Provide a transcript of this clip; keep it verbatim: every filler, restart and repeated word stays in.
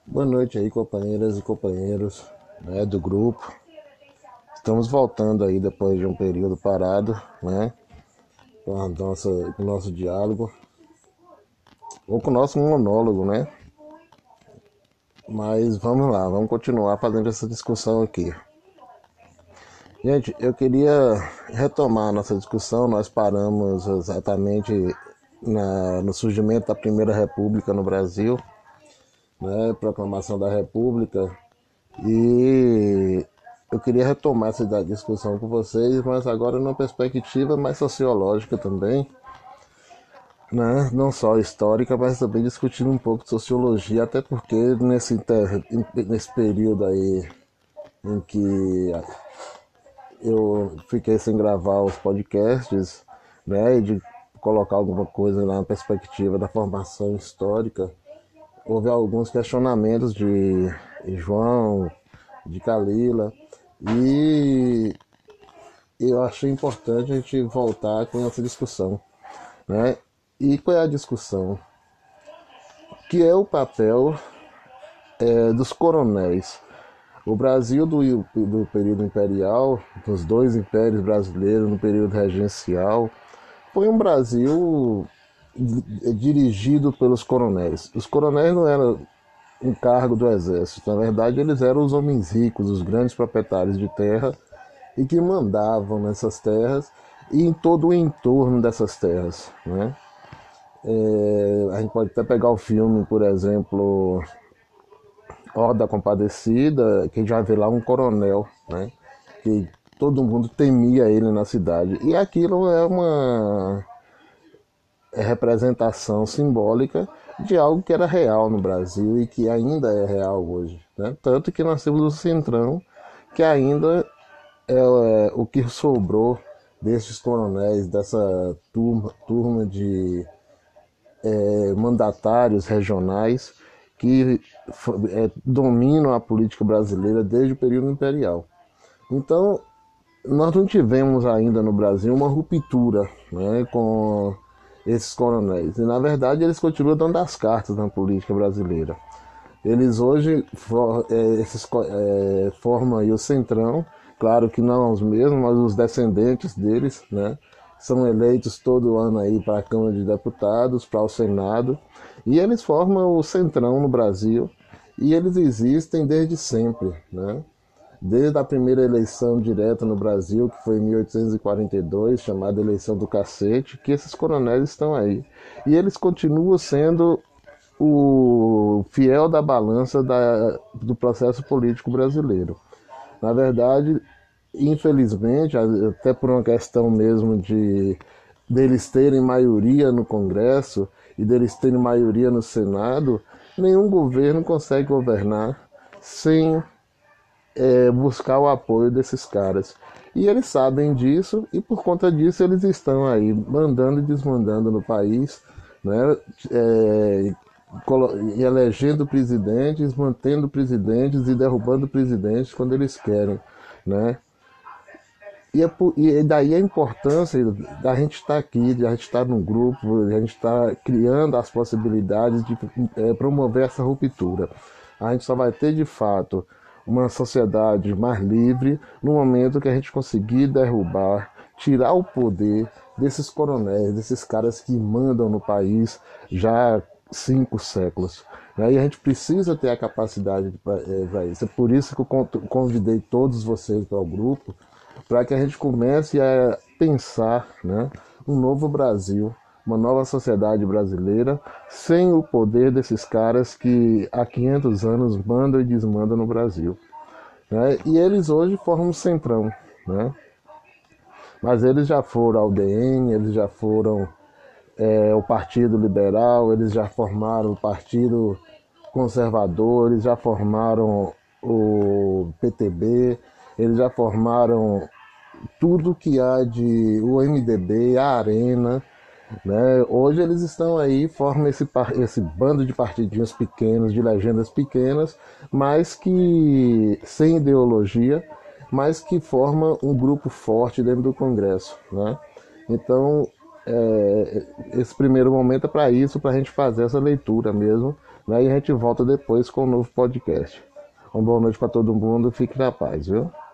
Boa noite aí, companheiras e companheiros, né, do grupo. Estamos voltando aí depois de um período parado, né, com, a nossa, com o nosso diálogo, ou com o nosso monólogo, né? Mas vamos lá, vamos continuar fazendo essa discussão aqui. Gente, eu queria retomar a nossa discussão. Nós paramos exatamente na, no surgimento da Primeira República no Brasil, né, proclamação da República. E eu queria retomar essa discussão com vocês, mas agora numa perspectiva mais sociológica também, né? Não só histórica, mas também discutindo um pouco de sociologia, até porque nesse, inter... nesse período aí em que eu fiquei sem gravar os podcasts, né, e de colocar alguma coisa na perspectiva da formação histórica, houve alguns questionamentos de João, de Calila, e eu achei importante a gente voltar com essa discussão, né? E qual é a discussão? Que é o papel é, dos coronéis. O Brasil do, do período imperial, dos dois impérios brasileiros no período regencial, foi um Brasil dirigido pelos coronéis. Os coronéis não eram um cargo do exército, na verdade eles eram os homens ricos, os grandes proprietários de terra e que mandavam nessas terras e em todo o entorno dessas terras, né? É, a gente pode até pegar o filme, por exemplo, Hora da Compadecida, que já vê lá um coronel, né? Que todo mundo temia ele na cidade. E aquilo é uma representação simbólica de algo que era real no Brasil e que ainda é real hoje, né? Tanto que nós temos o Centrão, que ainda é o que sobrou desses coronéis, dessa turma, turma de é, mandatários regionais que é, dominam a política brasileira desde o período imperial. Então, nós não tivemos ainda no Brasil uma ruptura, né, com esses coronéis. E, na verdade, eles continuam dando as cartas na política brasileira. Eles hoje for, é, esses, é, formam aí o Centrão, claro que não os mesmos, mas os descendentes deles, né? São eleitos todo ano aí para a Câmara de Deputados, para o Senado, e eles formam o Centrão no Brasil, e eles existem desde sempre, né? Desde a primeira eleição direta no Brasil, que foi em mil oitocentos e quarenta e dois, chamada eleição do cacete, que esses coronéis estão aí. E eles continuam sendo o fiel da balança da, do processo político brasileiro. Na verdade, infelizmente, até por uma questão mesmo de deles terem maioria no Congresso e deles terem maioria no Senado, nenhum governo consegue governar sem é, buscar o apoio desses caras. E eles sabem disso e por conta disso eles estão aí mandando e desmandando no país, né? É, elegendo presidentes, mantendo presidentes e derrubando presidentes quando eles querem, né? E, é, e daí a importância da gente estar aqui, de a gente estar num grupo, de a gente estar criando as possibilidades de é, promover essa ruptura. A gente só vai ter de fato uma sociedade mais livre no momento que a gente conseguir derrubar, tirar o poder desses coronéis, desses caras que mandam no país já há cinco séculos. E a gente precisa ter a capacidade para isso. É por isso que eu convidei todos vocês para o grupo, para que a gente comece a pensar, né, um novo Brasil, uma nova sociedade brasileira, sem o poder desses caras que há quinhentos anos mandam e desmandam no Brasil, né? E eles hoje formam um centrão, né? Mas eles já foram ao U D N, eles já foram é, o Partido Liberal, eles já formaram o Partido Conservador, eles já formaram o P T B, eles já formaram tudo que há de o M D B, a Arena, né? Hoje eles estão aí, formam esse, esse bando de partidinhos pequenos, de legendas pequenas, mas que sem ideologia, mas que formam um grupo forte dentro do Congresso, né? Então, é, esse primeiro momento é para isso, para a gente fazer essa leitura mesmo, Aí a gente volta depois com um novo podcast. Uma boa noite para todo mundo, fique na paz, viu?